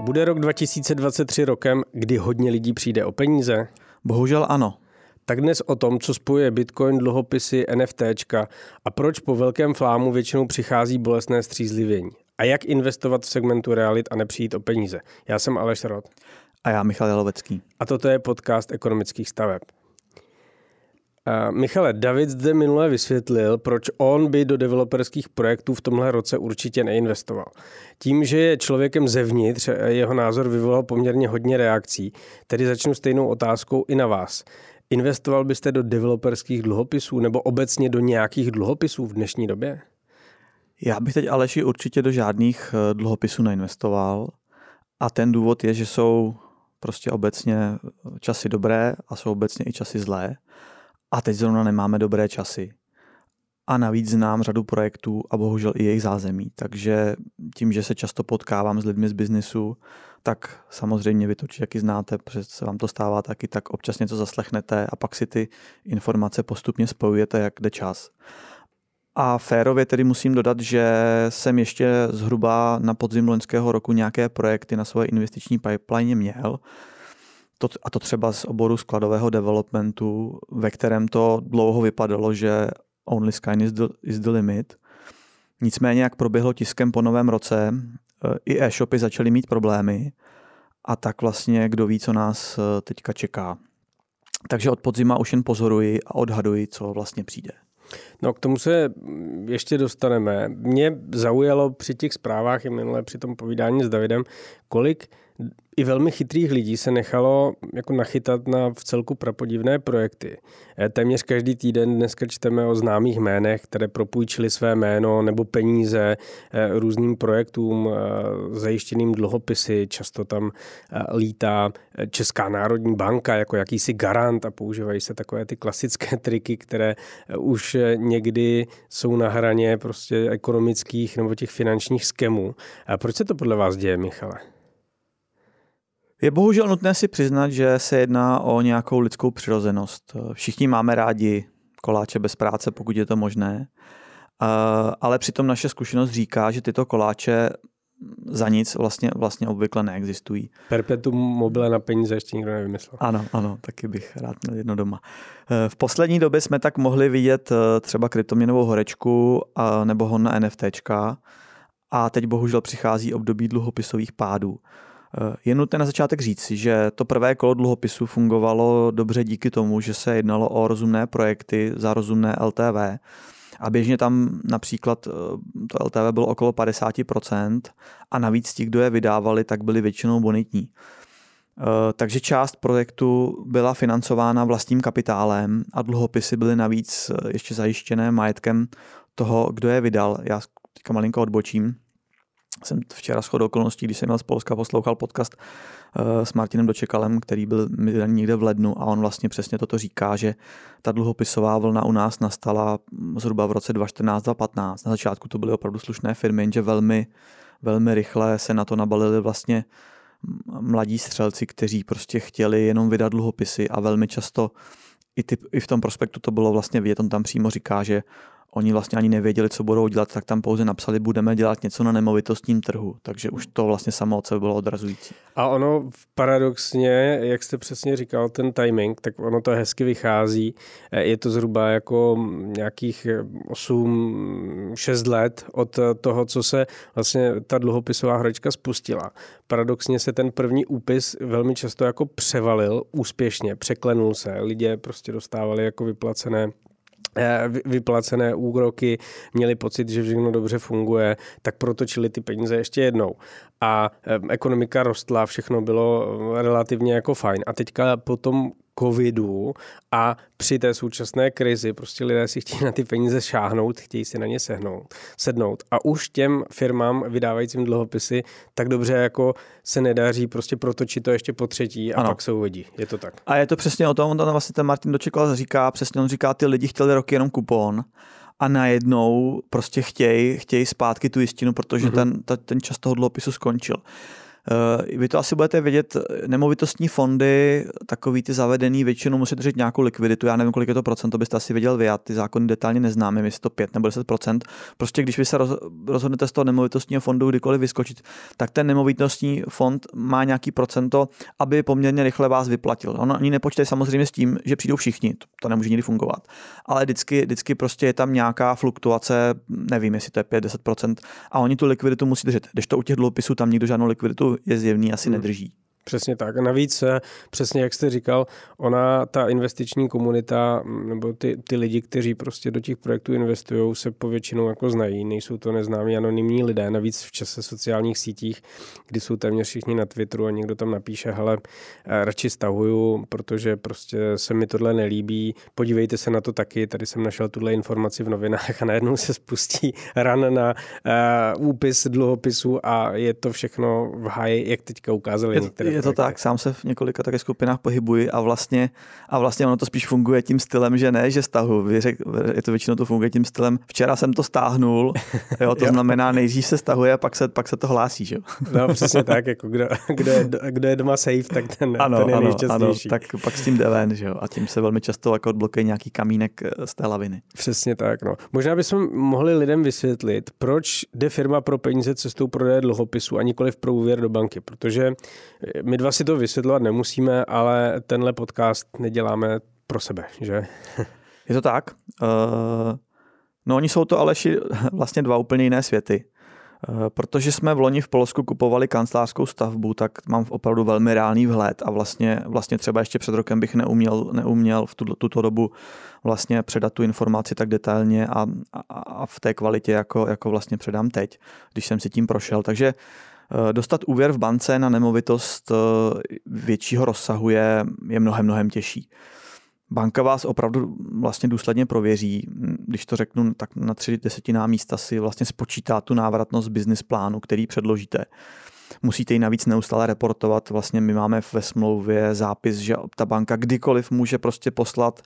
Bude rok 2023 rokem, kdy hodně lidí přijde o peníze? Bohužel ano. Tak dnes o tom, co spojuje Bitcoin, dluhopisy, NFTčka a proč po velkém flámu většinou přichází bolestné střízlivění. A jak investovat v segmentu realit a nepřijít o peníze. Já jsem Aleš Rod. A já Michal Jalovecký. A toto je podcast ekonomických staveb. Michale, David zde minule vysvětlil, proč on by do developerských projektů v tomhle roce určitě neinvestoval. Tím, že je člověkem zevnitř, jeho názor vyvolal poměrně hodně reakcí, tedy začnu stejnou otázkou i na vás. Investoval byste do developerských dluhopisů nebo obecně do nějakých dluhopisů v dnešní době? Já bych teď Aleši určitě do žádných dluhopisů neinvestoval a ten důvod je, že jsou prostě obecně časy dobré a jsou obecně i časy zlé. A teď zrovna nemáme dobré časy. A navíc znám řadu projektů a bohužel i jejich zázemí. Takže tím, že se často potkávám s lidmi z biznisu, tak samozřejmě vy to určitě taky znáte, protože se vám to stává taky, tak občas něco zaslechnete a pak si ty informace postupně spojujete, jak jde čas. A férově tedy musím dodat, že jsem ještě zhruba na podzim loňského roku nějaké projekty na svoje investiční pipeline měl, a to třeba z oboru skladového developmentu, ve kterém to dlouho vypadalo, že only sky is the limit. Nicméně, jak proběhlo tiskem po novém roce, i e-shopy začaly mít problémy a tak vlastně kdo ví, co nás teďka čeká. Takže od podzima už jen pozoruji a odhaduji, co vlastně přijde. No, k tomu se ještě dostaneme. Mě zaujalo při těch zprávách i minule při tom povídání s Davidem, kolik i velmi chytrých lidí se nechalo jako nachytat na vcelku prapodivné projekty. Téměř každý týden dneska čteme o známých jménech, které propůjčili své jméno nebo peníze různým projektům zajištěným dluhopisy. Často tam lítá Česká národní banka jako jakýsi garant a používají se takové ty klasické triky, které už někdy jsou na hraně prostě ekonomických nebo těch finančních skemů. A proč se to podle vás děje, Michale? Je bohužel nutné si přiznat, že se jedná o nějakou lidskou přirozenost. Všichni máme rádi koláče bez práce, pokud je to možné, ale přitom naše zkušenost říká, že tyto koláče za nic vlastně obvykle neexistují. Perpetuum mobile na peníze ještě nikdo nevymyslel. Ano, taky bych rád měl jedno doma. V poslední době jsme tak mohli vidět třeba kryptoměnovou horečku nebo hon na NFTčka a teď bohužel přichází období dluhopisových pádů. Je nutné na začátek říct, že to prvé kolo dluhopisů fungovalo dobře díky tomu, že se jednalo o rozumné projekty za rozumné LTV a běžně tam například to LTV bylo okolo 50% a navíc ti, kdo je vydávali, tak byli většinou bonitní. Takže část projektu byla financována vlastním kapitálem a dluhopisy byly navíc ještě zajištěné majetkem toho, kdo je vydal. Já teďka malinko odbočím. Jsem včera shodou okolností, když jsem měl z Polska, poslouchal podcast s Martinem Dočekalem, který byl někde v lednu a on vlastně přesně toto říká, že ta dluhopisová vlna u nás nastala zhruba v roce 2014-2015. Na začátku to byly opravdu slušné firmy, jenže velmi, velmi rychle se na to nabalili vlastně mladí střelci, kteří prostě chtěli jenom vydat dluhopisy a velmi často i v tom prospektu to bylo vlastně vidět, on tam přímo říká, že oni vlastně ani nevěděli, co budou dělat, tak tam pouze napsali, budeme dělat něco na nemovitostním trhu. Takže už to vlastně samo od sebe bylo odrazující. A ono paradoxně, jak jste přesně říkal, ten timing, tak ono to hezky vychází. Je to zhruba jako nějakých 8-6 let od toho, co se vlastně ta dluhopisová horečka spustila. Paradoxně se ten první úpis velmi často jako převalil úspěšně, překlenul se. Lidé prostě dostávali jako vyplacené úroky, měli pocit, že všechno dobře funguje, tak protočili ty peníze ještě jednou. A ekonomika rostla, všechno bylo relativně jako fajn. A teďka po tom covidu a při té současné krizi prostě lidé si chtějí na ty peníze šáhnout, chtějí si na ně sednout. A už těm firmám vydávajícím dluhopisy tak dobře jako se nedaří prostě protočit to ještě po třetí a pak se uvidí. Je to tak. A je to přesně o tom, on vlastně ten Martin Dočekal říká, přesně on říká, ty lidi chtěli roky jenom kupon a najednou prostě chtějí zpátky tu jistinu, protože ten čas toho dluhopisu skončil. Vy to asi budete vědět, nemovitostní fondy, takový ty zavedený, většinou musí držet nějakou likviditu, já nevím, kolik je to procent, to byste asi věděl vy, já ty zákony detailně neznám, jestli to 5 nebo 10%. Prostě když vy se rozhodnete z toho nemovitostního fondu kdykoliv vyskočit, tak ten nemovitostní fond má nějaký procento, aby poměrně rychle vás vyplatil. Oni nepočítají samozřejmě s tím, že přijdou všichni, to nemůže nikdy fungovat, ale vždycky prostě je tam nějaká fluktuace, nevím, jestli to je 5-10%, a oni tu likviditu musí držet. Když to u těch dluhopisů tam nikdo žádnou likviditu je zjevný, asi nedrží. Přesně tak. A navíc, přesně jak jste říkal, ta investiční komunita nebo ty lidi, kteří prostě do těch projektů investují, se povětšinou jako znají. Nejsou to neznámí anonymní lidé. Navíc v čase sociálních sítích, kdy jsou téměř všichni na Twitteru a někdo tam napíše, hele, radši stahuju, protože prostě se mi tohle nelíbí. Podívejte se na to taky. Tady jsem našel tuhle informaci v novinách a najednou se spustí run na úpis dluhopisů a je to všechno v háji, jak teďka ukázali některé. Je to tak, sám se v několika také skupinách pohybuji a vlastně ono to spíš funguje tím stylem, že ne, že stahu. Je to většinou to funguje tím stylem, včera jsem to stáhnul, jo, to znamená nejdřív se stahuje a pak se to hlásí, že jo. No přesně tak, jako kdo je doma safe, tak ten je nejšťastnější. Tak pak s tím jde ven, že jo, a tím se velmi často jako odblokuje nějaký kamínek z té laviny. Přesně tak, no. Možná bychom mohli lidem vysvětlit, proč jde firma pro peníze cestou prodeje dluhopisů a nikoliv pro úvěr do banky, protože my dva si to vysvětlovat nemusíme, ale tenhle podcast neděláme pro sebe, že? Je to tak. No oni jsou to ale vlastně dva úplně jiné světy. Protože jsme v loni v Polsku kupovali kancelářskou stavbu, tak mám opravdu velmi reálný vhled a vlastně třeba ještě před rokem bych neuměl v tuto dobu vlastně předat tu informaci tak detailně a v té kvalitě, jako vlastně předám teď, když jsem si tím prošel. Takže dostat úvěr v bance na nemovitost většího rozsahu je mnohem těžší. Banka vás opravdu vlastně důsledně prověří, když to řeknu, tak na 3/10 místa si vlastně spočítá tu návratnost business plánu, který předložíte. Musíte ji navíc neustále reportovat, vlastně my máme ve smlouvě zápis, že ta banka kdykoliv může prostě poslat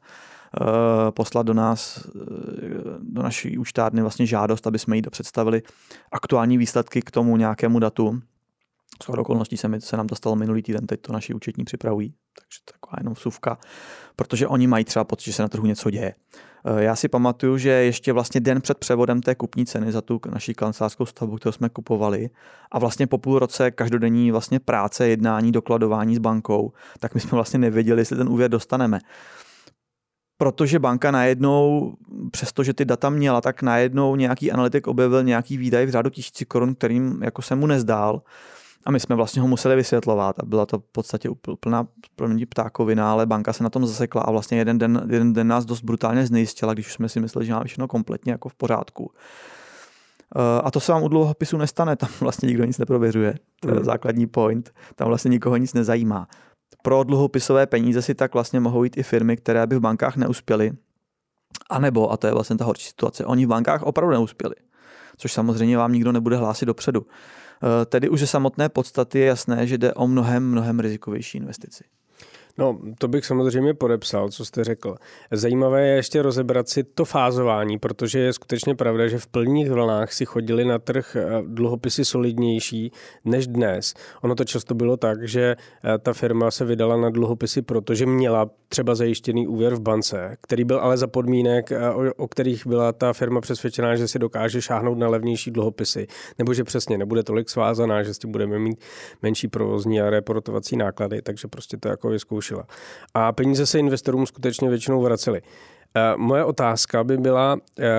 do nás, do naší účtárny vlastně žádost, aby jsme jí představili aktuální výsledky k tomu nějakému datu. Shodou okolností se nám to stalo minulý týden, teď to naši účetní připravují, takže taková jenom vsuvka, protože oni mají třeba pocit, že se na trhu něco děje. Já si pamatuju, že ještě vlastně den před převodem té kupní ceny za tu naší kancelářskou stavbu, kterou jsme kupovali, a vlastně po půl roce každodenní vlastně práce, jednání, dokladování s bankou, tak my jsme vlastně nevěděli, jestli ten úvěr dostaneme. Protože banka najednou, přestože ty data měla, tak najednou nějaký analytik objevil nějaký výdaj v řádu 1000 korun, kterým jako se mu nezdál. A my jsme vlastně ho museli vysvětlovat a byla to v podstatě úplná ptákovina, ale banka se na tom zasekla a vlastně jeden den nás dost brutálně znejistila, když jsme si mysleli, že máme všechno kompletně jako v pořádku. A to se vám u dluhopisu nestane, tam vlastně nikdo nic neprověřuje. To je základní point, tam vlastně nikoho nic nezajímá. Pro dluhopisové peníze si tak vlastně mohou jít i firmy, které by v bankách neuspěly, anebo, a to je vlastně ta horší situace, oni v bankách opravdu neuspěli, což samozřejmě vám nikdo nebude hlásit dopředu. Tedy už ze samotné podstaty je jasné, že jde o mnohem rizikovější investici. No, to bych samozřejmě podepsal, co jste řekl. Zajímavé je ještě rozebrat si to fázování, protože je skutečně pravda, že v plných vlnách si chodili na trh dluhopisy solidnější než dnes. Ono to často bylo tak, že ta firma se vydala na dluhopisy, protože měla třeba zajištěný úvěr v bance, který byl ale za podmínek, o kterých byla ta firma přesvědčená, že si dokáže šáhnout na levnější dluhopisy, nebo že přesně nebude tolik svázaná, že s tím budeme mít menší provozní a reportovací náklady, takže prostě to jako vyzkoušela. A peníze se investorům skutečně většinou vracely. Moje otázka by byla,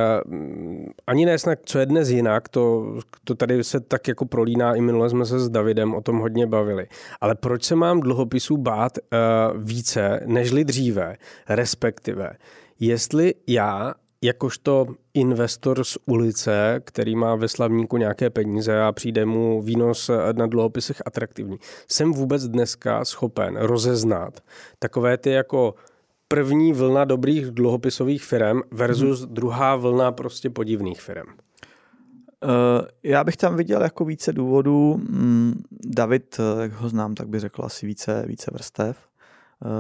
ani ne snad, co je dnes jinak, to tady se tak jako prolíná, i minule jsme se s Davidem o tom hodně bavili. Ale proč se mám dluhopisů bát více nežli dříve, respektive, jestli já jakožto investor z ulice, který má ve slavníku nějaké peníze a přijde mu výnos na dluhopisech atraktivní, jsem vůbec dneska schopen rozeznat takové ty jako první vlna dobrých dluhopisových firem versus druhá vlna prostě podivných firem? Já bych tam viděl jako více důvodů. David, jak ho znám, tak by řekl asi více vrstev.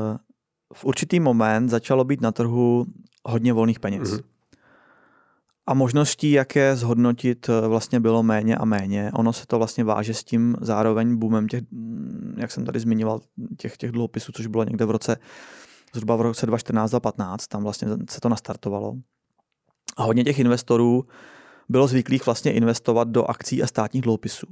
V určitý moment začalo být na trhu hodně volných peněz. A možností, jak je zhodnotit, vlastně bylo méně a méně. Ono se to vlastně váže s tím zároveň boomem těch, jak jsem tady zmiňoval, těch dluhopisů, což bylo někde zhruba v roce 2014-2015, tam vlastně se to nastartovalo. A hodně těch investorů bylo zvyklých vlastně investovat do akcí a státních dluhopisů.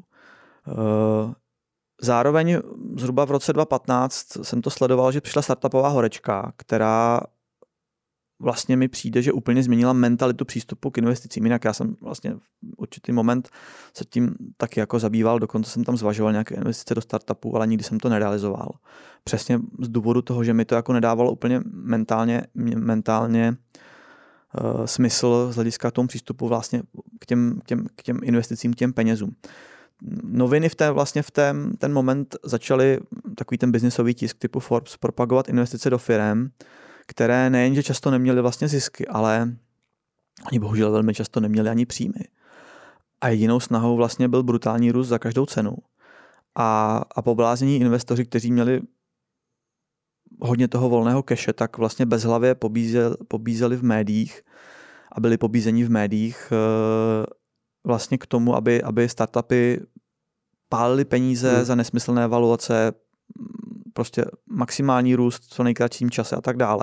Zároveň zhruba v roce 2015 jsem to sledoval, že přišla startupová horečka, která vlastně mi přijde, že úplně změnila mentalitu přístupu k investicím. Jinak já jsem vlastně v určitý moment se tím taky jako zabýval, dokonce jsem tam zvažoval nějaké investice do startupů, ale nikdy jsem to nerealizoval. Přesně z důvodu toho, že mi to jako nedávalo úplně mentálně smysl z hlediska tomu přístupu vlastně k těm investicím, k těm penězům. Noviny v ten moment začaly takový ten biznisový tisk typu Forbes propagovat investice do firem, které nejenže často neměly vlastně zisky, ale oni bohužel velmi často neměli ani příjmy. A jedinou snahou vlastně byl brutální růst za každou cenu. A pobláznění investoři, kteří měli hodně toho volného keše, tak vlastně bezhlavě pobízeli v médiích a byli pobízeni v médiích vlastně k tomu, aby startupy pálily peníze za nesmyslné valuace, prostě maximální růst v co nejkratším čase a tak dále.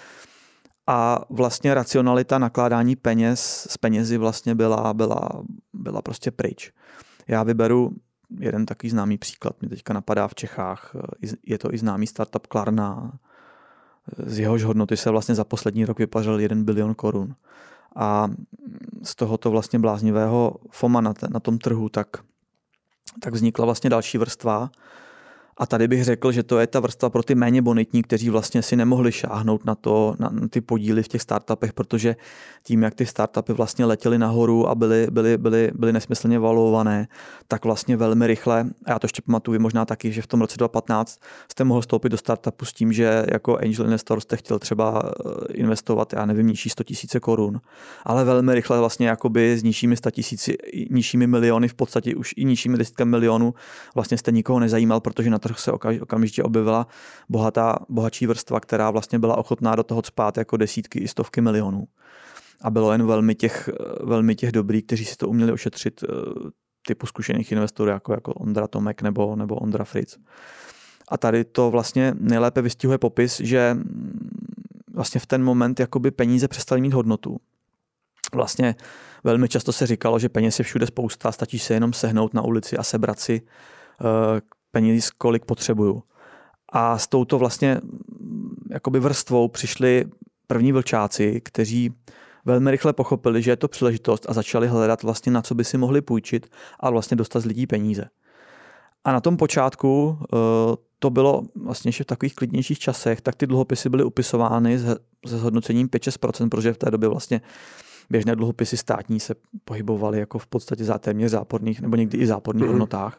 A vlastně racionalita nakládání s penězi vlastně byla prostě pryč. Já vyberu jeden takový známý příklad, mě teďka napadá v Čechách. Je to i známý startup Klarna. Z jehož hodnoty se vlastně za poslední rok vypařil 1 bilion korun. A z tohoto vlastně bláznivého FOMA na tom trhu tak vznikla vlastně další vrstva. A tady bych řekl, že to je ta vrstva pro ty méně bonitní, kteří vlastně si nemohli šáhnout na ty podíly v těch startupech, protože tím, jak ty startupy vlastně letěly nahoru a byly nesmyslně valuované, tak vlastně velmi rychle, a já to ještě pamatuju možná taky, že v tom roce 2015 jste mohl vstoupit do startupu s tím, že jako angel investor jste chtěl třeba investovat, já nevím, nižší 100 000 korun, ale velmi rychle vlastně jakoby s nižšími 100 000, nižšími miliony, v podstatě už i nižšími desítkami milionů vlastně jste nikoho nezajímal, protože na trh se okamžitě objevila bohatší vrstva, která vlastně byla ochotná do toho cpát jako desítky i stovky milionů. A bylo jen velmi těch dobrých, kteří si to uměli ošetřit, typu zkušených investorů jako Ondra Tomek nebo Ondra Fritz. A tady to vlastně nejlépe vystihuje popis, že vlastně v ten moment jakoby peníze přestaly mít hodnotu. Vlastně velmi často se říkalo, že peněz je všude spousta, stačí se jenom sehnout na ulici a sebrat si peněz, kolik potřebuju. A s touto vlastně jakoby vrstvou přišli první vlčáci, kteří velmi rychle pochopili, že je to příležitost a začali hledat vlastně, na co by si mohli půjčit a vlastně dostat z lidí peníze. A na tom počátku to bylo vlastně ještě v takových klidnějších časech, tak ty dluhopisy byly upisovány se zhodnocením 5-6%, protože v té době vlastně běžné dluhopisy státní se pohybovaly jako v podstatě za téměř záporných nebo někdy i záporných hodnotách.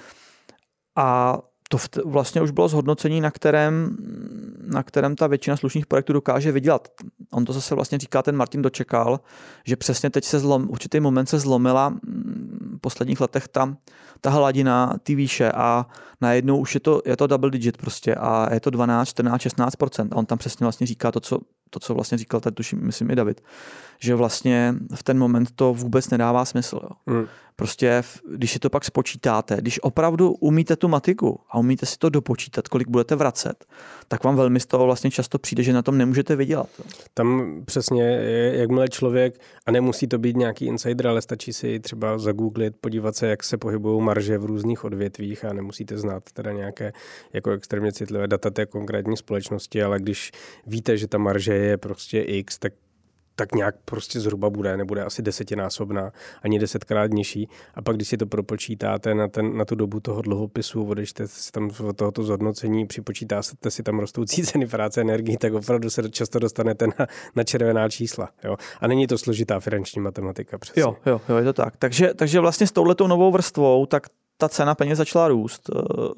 A to vlastně už bylo zhodnocení, na kterém ta většina slušných projektů dokáže vydělat. On to zase vlastně říká ten Martin Dočekal, že přesně teď určitý moment se zlomila v posledních letech ta hladina, ty výše a najednou už je to double digit prostě a je to 12, 14, 16%. A on tam přesně vlastně říká to, co vlastně říkal tady tuším, myslím i David, že vlastně v ten moment to vůbec nedává smysl. Jo. Prostě, když si to pak spočítáte, když opravdu umíte tu matiku a umíte si to dopočítat, kolik budete vracet, tak vám velmi z toho vlastně často přijde, že na tom nemůžete vydělat. Jo. Tam přesně, jakmile člověk, a nemusí to být nějaký insider, ale stačí si třeba zagooglit, podívat se, jak se pohybují marže v různých odvětvích a nemusíte znát teda nějaké jako extrémně citlivé data té konkrétní společnosti, ale když víte, že ta marže je prostě X, tak nějak prostě zhruba nebude asi 10násobná, ani 10krát nižší. A pak, když si to propočítáte na tu dobu toho dluhopisu, odečtete si tam od tohoto zhodnocení, připočítáte si tam rostoucí ceny práce, energii, tak opravdu se často dostanete na červená čísla. Jo? A není to složitá finanční matematika. Přesně. Jo, je to tak. Takže vlastně s touhletou novou vrstvou, tak ta cena peněz začala růst.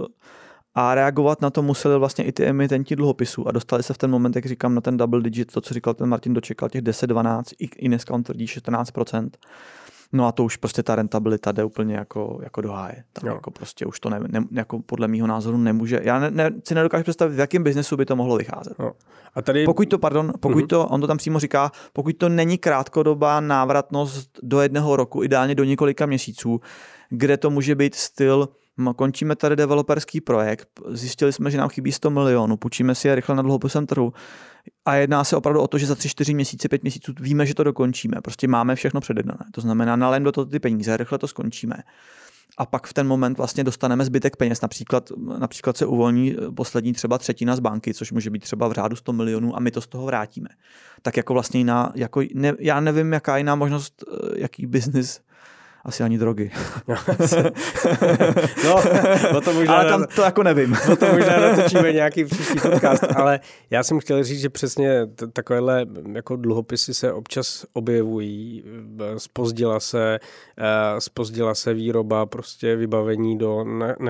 A reagovat na to museli vlastně i ty emitenti dluhopisů a dostali se v ten moment, jak říkám, na ten double digit, to, co říkal ten Martin Dočekal, těch 10, 12, i dneska on tvrdí 14%. No a to už prostě ta rentabilita jde úplně jako do háje. Tam jako prostě už to jako podle mýho názoru nemůže. Já si nedokážu představit, v jakém biznesu by to mohlo vycházet. No. A tady... Pokud to, on to tam přímo říká, pokud to není krátkodobá návratnost do 1 roku, ideálně do několika měsíců, kde to může být styl, končíme tady developerský projekt, zjistili jsme, že nám chybí 100 milionů, půjčíme si je rychle na dluhopisovém trhu a jedná se opravdu o to, že za 3-4 měsíce, 5 měsíců víme, že to dokončíme. Prostě máme všechno předjednané. To znamená, nalejeme do toho ty peníze, rychle to skončíme. A pak v ten moment vlastně dostaneme zbytek peněz. Například se uvolní poslední třeba třetina z banky, což může být třeba v řádu 100 milionů a my to z toho vrátíme. Tak jako vlastně já nevím, jaká jiná možnost, jaký biznis, asi ani drogy. No, to možná ale tam to jako nevím. To možná natočíme nějaký příští podcast, ale já jsem chtěl říct, že přesně takovéhle jako dluhopisy se občas objevují, zpozdila se výroba, prostě vybavení do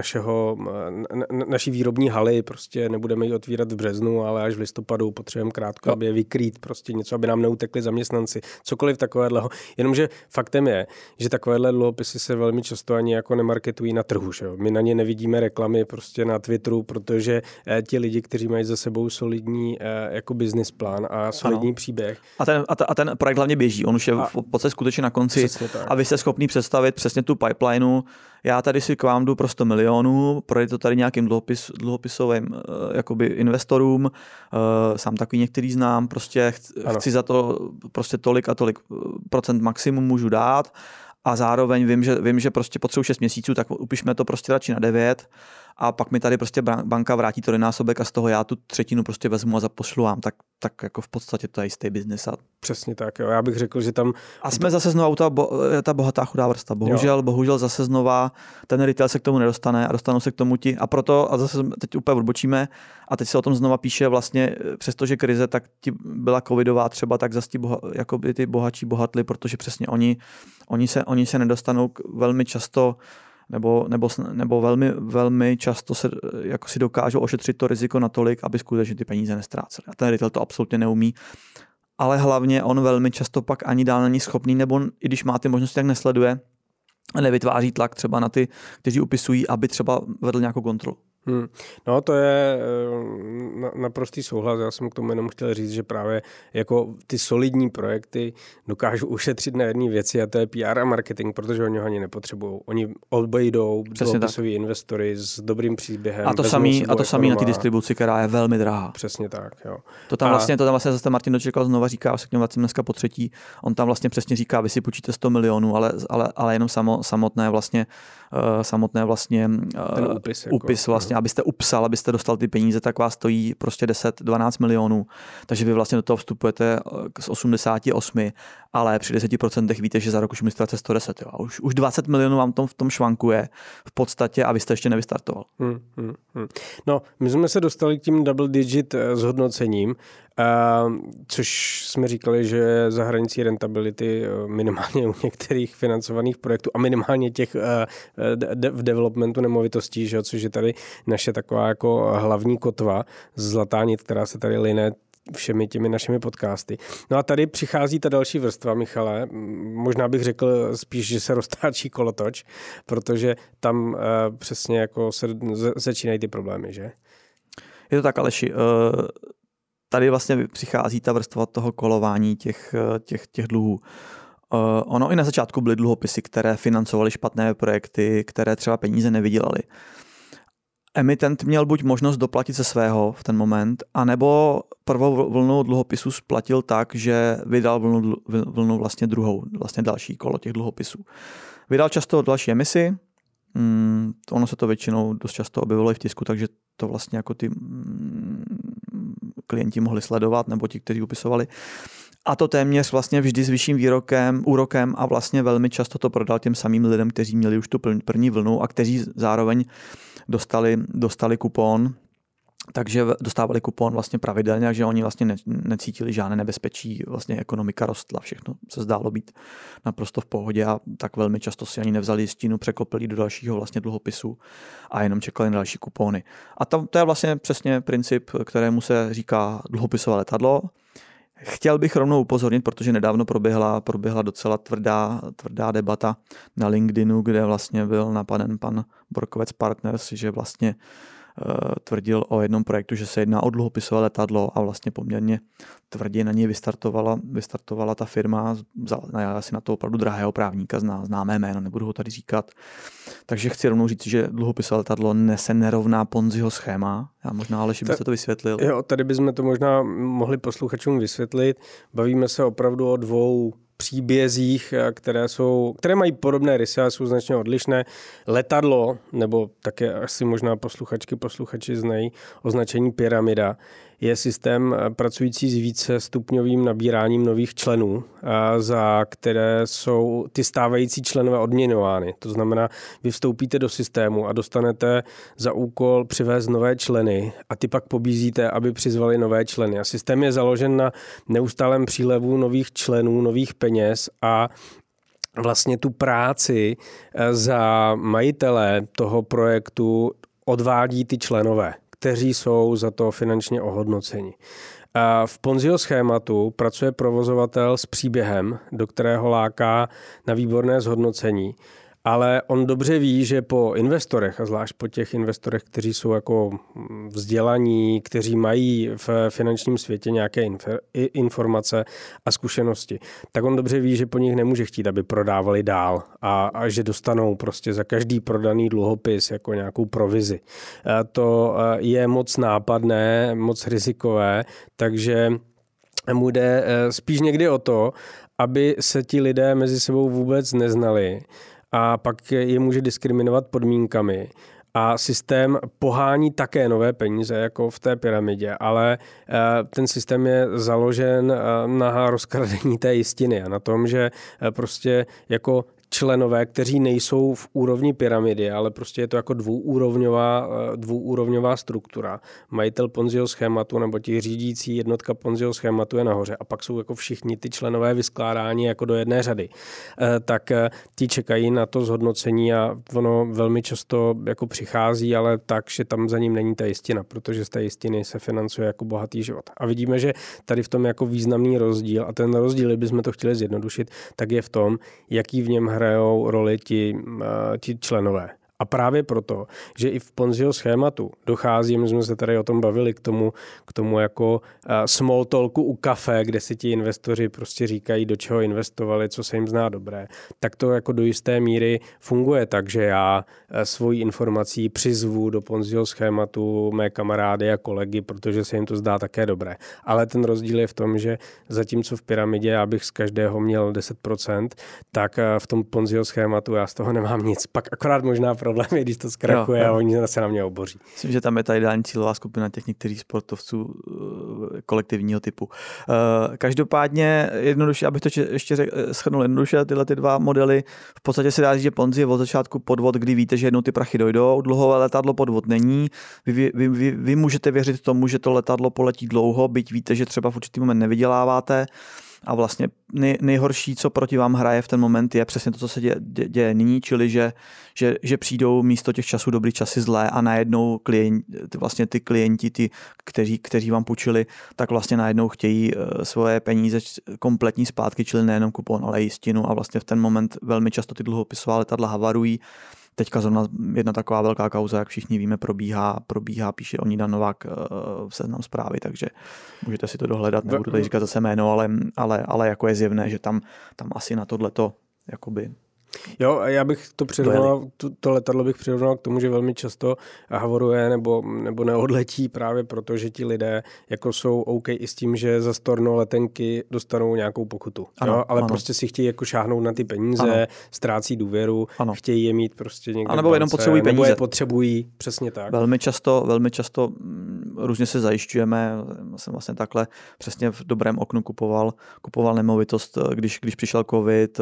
naší výrobní haly, prostě nebudeme ji otvírat v březnu, ale až v listopadu potřebujeme krátko, aby je vykrýt, prostě něco, aby nám neutekli zaměstnanci, cokoliv takového. Jenomže faktem je, že takovéhle dluhopisy se velmi často ani jako nemarketují na trhu. Že jo? My na ně nevidíme reklamy prostě na Twitteru, protože ti lidi, kteří mají za sebou solidní jako business plán a solidní příběh. A ten projekt hlavně běží. On už je v podstatě skutečně na konci a vy jste schopný představit přesně tu pipelineu. Já tady si k vám jdu pro 100 milionů, projde to tady nějakým dluhopisovým jakoby investorům, sám takový některý znám, prostě chci za to prostě tolik a tolik procent maximum můžu dát. A zároveň vím, že prostě potřebuji 6 měsíců, tak upišme to prostě radši na 9 a pak mi tady prostě banka vrátí to násobek a z toho já tu třetinu prostě vezmu a zapošlu vám. Tak jako v podstatě to je jistý biznis. Přesně tak, jo. Já bych řekl, že tam... A jsme zase znovu ta bohatá chudá vrstva. Bohužel zase znova ten retail se k tomu nedostane a dostanou se k tomu ti. A proto, a zase teď úplně odbočíme, a teď se o tom znova píše vlastně, přestože krize tak ti byla covidová třeba, tak zase jakoby ty bohatší bohatli, protože přesně oni se nedostanou velmi často nebo velmi, velmi často se jako si dokážou ošetřit to riziko natolik, aby skutečně ty peníze nestráceli. A ten retail to absolutně neumí. Ale hlavně on velmi často pak ani dál není schopný, nebo i když má ty možnosti, tak nesleduje a nevytváří tlak třeba na ty, kteří upisují, aby třeba vedl nějakou kontrolu. No to je naprostý souhlas. Já jsem k tomu jenom chtěl říct, že právě jako ty solidní projekty dokážou ušetřit na jedné věci a to je PR a marketing, protože oni ho ani nepotřebují. Oni obejdou dluhopisový investory s dobrým příběhem. A to samý na té distribuci, která je velmi drahá. Přesně tak, jo. To tam vlastně zase Martin Dočekal znova říká, se k němu vracím dneska po třetí, on tam vlastně přesně říká, vy si půjčíte 100 milionů, ale jenom samotné vlastně ten úpis vlastně, abyste upsal, abyste dostal ty peníze, tak vás stojí prostě 10-12 milionů. Takže vy vlastně do toho vstupujete z 88, ale při 10% víte, že za rok už můžete 110. Jo. A už 20 milionů vám v tom švankuje v podstatě a vy jste ještě nevystartoval. No, my jsme se dostali k tím double digit zhodnocením, což jsme říkali, že je za hranicí rentability minimálně u některých financovaných projektů a minimálně těch v developmentu nemovitostí, že? Což je tady naše taková jako hlavní kotva, zlatá nit, která se tady line všemi těmi našimi podcasty. No a tady přichází ta další vrstva, Michale. Možná bych řekl spíš, že se roztáčí kolotoč, protože tam přesně jako se začínají ty problémy, že? Je to tak, Aleši. Tady vlastně přichází ta vrstva toho kolování těch dluhů. Ono i na začátku byly dluhopisy, které financovaly špatné projekty, které třeba peníze nevydělaly. Emitent měl buď možnost doplatit ze svého v ten moment, anebo prvou vlnu dluhopisů splatil tak, že vydal vlnu vlastně druhou, vlastně další kolo těch dluhopisů. Vydal často další emisy, ono se to většinou dost často objevilo i v tisku, takže to vlastně jako ty klienti mohli sledovat, nebo ti, kteří upisovali. A to téměř vlastně vždy s vyšším úrokem a vlastně velmi často to prodal těm samým lidem, kteří měli už tu první vlnu a kteří zároveň dostali kupon, takže dostávali kupon vlastně pravidelně, takže oni vlastně necítili žádné nebezpečí, vlastně ekonomika rostla, všechno se zdálo být naprosto v pohodě a tak velmi často si ani nevzali jistinu, překopili do dalšího vlastně dluhopisu a jenom čekali na další kupony. A to je vlastně přesně princip, kterému se říká dluhopisové letadlo. Chtěl bych rovnou upozornit, protože nedávno proběhla docela tvrdá debata na LinkedInu, kde vlastně byl napaden pan Borkovec Partners, že vlastně tvrdil o jednom projektu, že se jedná o dluhopisové letadlo a vlastně poměrně tvrdě na něj vystartovala ta firma, najala si na to opravdu drahého právníka, známé jméno, nebudu ho tady říkat. Takže chci rovnou říct, že dluhopisové letadlo se nerovná Ponziho schéma. Já možná, Aleši, byste to vysvětlil. Jo, tady bychom to možná mohli posluchačům vysvětlit. Bavíme se opravdu o dvou příbězích, které mají podobné rysy, ale jsou značně odlišné. Letadlo, nebo také asi možná posluchači znají označení pyramida, je systém pracující s vícestupňovým nabíráním nových členů, za které jsou ty stávající členové odměňovány. To znamená, vy vstoupíte do systému a dostanete za úkol přivést nové členy a ty pak pobízíte, aby přizvali nové členy. A systém je založen na neustálém přílevu nových členů, nových peněz a vlastně tu práci za majitele toho projektu odvádí ty členové, kteří jsou za to finančně ohodnoceni. V Ponziho schématu pracuje provozovatel s příběhem, do kterého láká na výborné zhodnocení, ale on dobře ví, že po investorech, a zvlášť po těch investorech, kteří jsou jako vzdělaní, kteří mají v finančním světě nějaké informace a zkušenosti, tak on dobře ví, že po nich nemůže chtít, aby prodávali dál a že dostanou prostě za každý prodaný dluhopis jako nějakou provizi. To je moc nápadné, moc rizikové, takže mu jde spíš někdy o to, aby se ti lidé mezi sebou vůbec neznali, a pak je může diskriminovat podmínkami. A systém pohání také nové peníze, jako v té pyramidě, ale ten systém je založen na rozkradení té jistiny a na tom, že prostě jako členové, kteří nejsou v úrovni pyramidy, ale prostě je to jako dvouúrovňová struktura. Majitel Ponziho schématu nebo ti řídící jednotka Ponziho schématu je nahoře a pak jsou jako všichni ty členové vyskládáni jako do jedné řady. Tak ti čekají na to zhodnocení a ono velmi často jako přichází, ale tak, že tam za ním není ta jistina, protože z té jistiny se financuje jako bohatý život. A vidíme, že tady v tom je jako významný rozdíl a ten rozdíl, kdybychom to chtěli zjednodušit, tak je v tom, jaký v něm hrajou roli ti členové. A právě proto, že i v Ponziho schématu dochází, my jsme se tady o tom bavili, k tomu jako small talku u kafe, kde si ti investoři prostě říkají, do čeho investovali, co se jim zná dobré, tak to jako do jisté míry funguje tak, že já svojí informací přizvu do Ponziho schématu mé kamarády a kolegy, protože se jim to zdá také dobré. Ale ten rozdíl je v tom, že zatímco v pyramidě já bych z každého měl 10%, tak v tom Ponziho schématu já z toho nemám nic. Pak akorát možná problémy, když to zkrachuje a oni se na mě oboří. Myslím, že tam je ta ideální cílová skupina těch některých sportovců kolektivního typu. Každopádně jednoduše, abych to ještě shrnul jednoduše, tyhle ty dva modely, v podstatě se dá říct, že Ponzi je od začátku podvod, kdy víte, že jednou ty prachy dojdou, dluhové letadlo podvod není, vy můžete věřit tomu, že to letadlo poletí dlouho, byť víte, že třeba v určitý moment nevyděláváte. A vlastně nejhorší, co proti vám hraje v ten moment, je přesně to, co se děje nyní, čili že přijdou místo těch časů dobrý časy zlé a najednou ty klienti, kteří vám půjčili, tak vlastně najednou chtějí svoje peníze kompletní zpátky, čili nejenom kupon, ale jistinu a vlastně v ten moment velmi často ty dluhopisová letadla havarují. Teďka zrovna jedna taková velká kauza, jak všichni víme, probíhá, píše o ní Dan Novák v Seznam Zprávy, takže můžete si to dohledat, nebudu tady říkat zase jméno, ale jako je zjevné, že tam asi na tohleto jakoby... Jo, a já bych to přirovnal, to letadlo bych přirovnal k tomu, že velmi často havaruje nebo neodletí právě proto, že ti lidé jako jsou OK i s tím, že za storno letenky dostanou nějakou pokutu. Ano, jo? Ale prostě si chtějí jako šáhnout na ty peníze, ztrácí důvěru, chtějí je mít prostě někde. A nebo jenom potřebují peníze. Nebo je potřebují, přesně tak. Velmi často různě se zajišťujeme, jsem vlastně takhle přesně v dobrém oknu kupoval nemovitost, když přišel covid,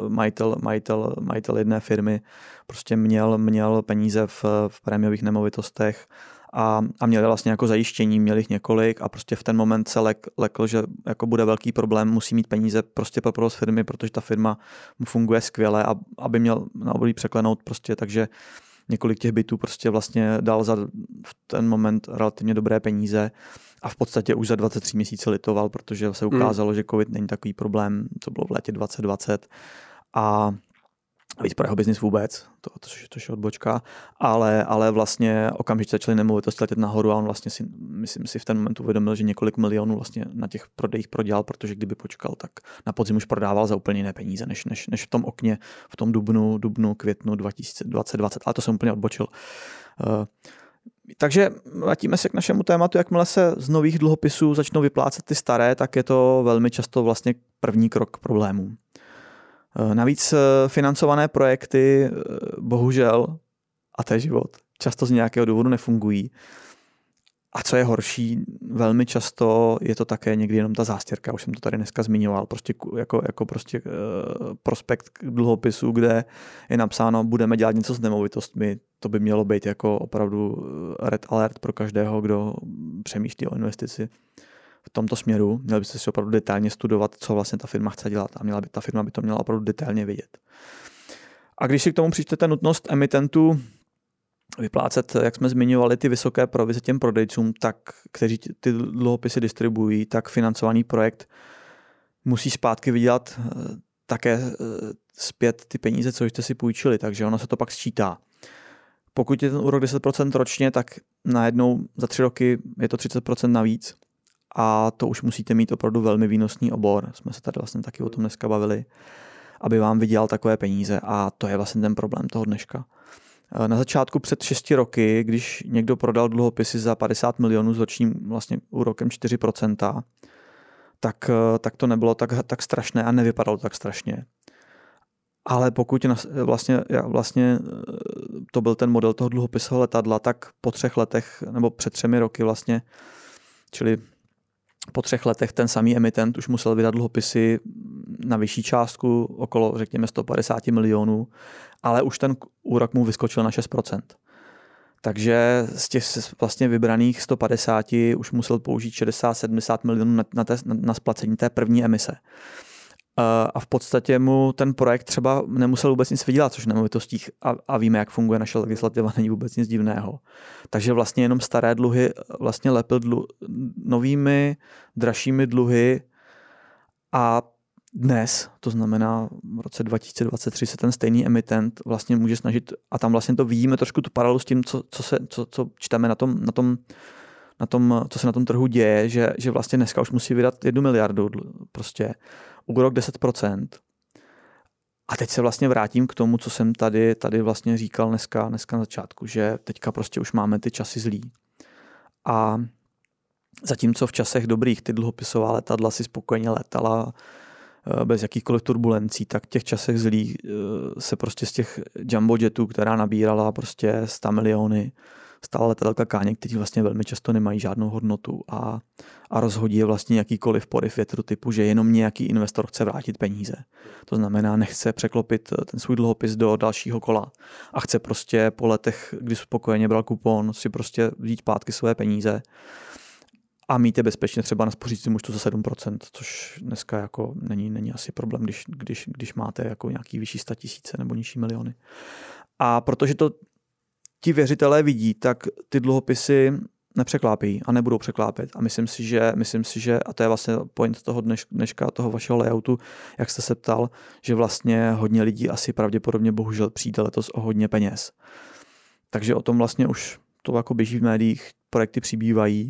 majitel jedné firmy prostě měl peníze v prémiových nemovitostech a měl vlastně jako zajištění, měl jich několik a prostě v ten moment se lekl, že jako bude velký problém, musí mít peníze prostě pro provoz firmy, protože ta firma mu funguje skvěle a aby měl na období překlenout prostě, takže několik těch bytů prostě vlastně dal za v ten moment relativně dobré peníze a v podstatě už za 23 měsíců litoval, protože se ukázalo, že covid není takový problém, to bylo v létě 2020 a víc pro jeho biznis vůbec, to je odbočka, ale vlastně okamžitě začaly nemovitosti letět nahoru a on vlastně myslím si v ten moment uvědomil, že několik milionů vlastně na těch prodejích prodělal, protože kdyby počkal, tak na podzim už prodával za úplně jiné peníze, než v tom okně, v tom dubnu, květnu 2020, ale to jsem úplně odbočil. Takže vrátíme se k našemu tématu, jakmile se z nových dluhopisů začnou vyplácet ty staré, tak je to velmi často vlastně první krok k problémům. Navíc financované projekty bohužel, a to je život, často z nějakého důvodu nefungují. A co je horší, velmi často je to také někdy jenom ta zástěrka, už jsem to tady dneska zmiňoval, prostě jako prospekt dluhopisu, kde je napsáno, budeme dělat něco s nemovitostmi, to by mělo být jako opravdu red alert pro každého, kdo přemýšlí o investici v tomto směru. Měli byste si opravdu detailně studovat, co vlastně ta firma chce dělat a ta firma by to měla opravdu detailně vědět. A když si k tomu přičtete nutnost emitentů vyplácet, jak jsme zmiňovali, ty vysoké provize těm prodejcům, tak, kteří ty dluhopisy distribuují, tak financovaný projekt musí zpátky vydělat také zpět ty peníze, co jste si půjčili, takže ono se to pak sčítá. Pokud je ten úrok 10% ročně, tak najednou za 3 roky je to 30% navíc a to už musíte mít opravdu velmi výnosný obor. Jsme se tady vlastně taky o tom dneska bavili, aby vám vydělal takové peníze a to je vlastně ten problém toho dneška. Na začátku před 6 roky, když někdo prodal dluhopisy za 50 milionů s ročním vlastně úrokem 4%, tak to nebylo tak strašné a nevypadalo tak strašně. Ale pokud vlastně to byl ten model toho dluhopisového letadla, tak po 3 letech nebo před 3 roky vlastně, čili po 3 letech ten samý emitent už musel vydat dluhopisy na vyšší částku, okolo řekněme 150 milionů, ale už ten úrok mu vyskočil na 6%. Takže z těch vlastně vybraných 150 už musel použít 60-70 milionů na splacení té první emise. A v podstatě mu ten projekt třeba nemusel vůbec nic vydělat, což v nemovitostích a víme, jak funguje naše legislativa, není vůbec nic divného. Takže vlastně jenom staré dluhy vlastně lepil novými, dražšími dluhy a dnes, to znamená v roce 2023 se ten stejný emitent vlastně může snažit a tam vlastně to vidíme trošku tu paralelu s tím, co čteme na tom, co se na tom trhu děje, že vlastně dneska už musí vydat 1 miliardu prostě úrok 10%. A teď se vlastně vrátím k tomu, co jsem tady vlastně říkal dneska na začátku, že teďka prostě už máme ty časy zlý. A zatímco v časech dobrých ty dluhopisová letadla si spokojeně letala bez jakýchkoliv turbulencí, tak v těch časech zlých se prostě z těch jumbo jetů, která nabírala prostě 100 miliony, stala letadla Káně, kteří vlastně velmi často nemají žádnou hodnotu a rozhodí je vlastně jakýkoliv poryv větru typu, že jenom nějaký investor chce vrátit peníze. To znamená, nechce překlopit ten svůj dluhopis do dalšího kola a chce prostě po letech, kdy spokojeně bral kupon, si prostě vzít zpátky své peníze a mít je bezpečně třeba na spořícím účtu za 7%, což dneska jako není asi problém, když máte jako nějaký vyšší 100 000 nebo nižší miliony. A protože to ti věřitelé vidí, tak ty dluhopisy nepřeklápí a nebudou překlápět. A myslím si, že a to je vlastně point toho dneška, toho vašeho layoutu, jak jste se ptal, že vlastně hodně lidí asi pravděpodobně bohužel přijde letos o hodně peněz. Takže o tom vlastně už to jako běží v médiích, projekty přibývají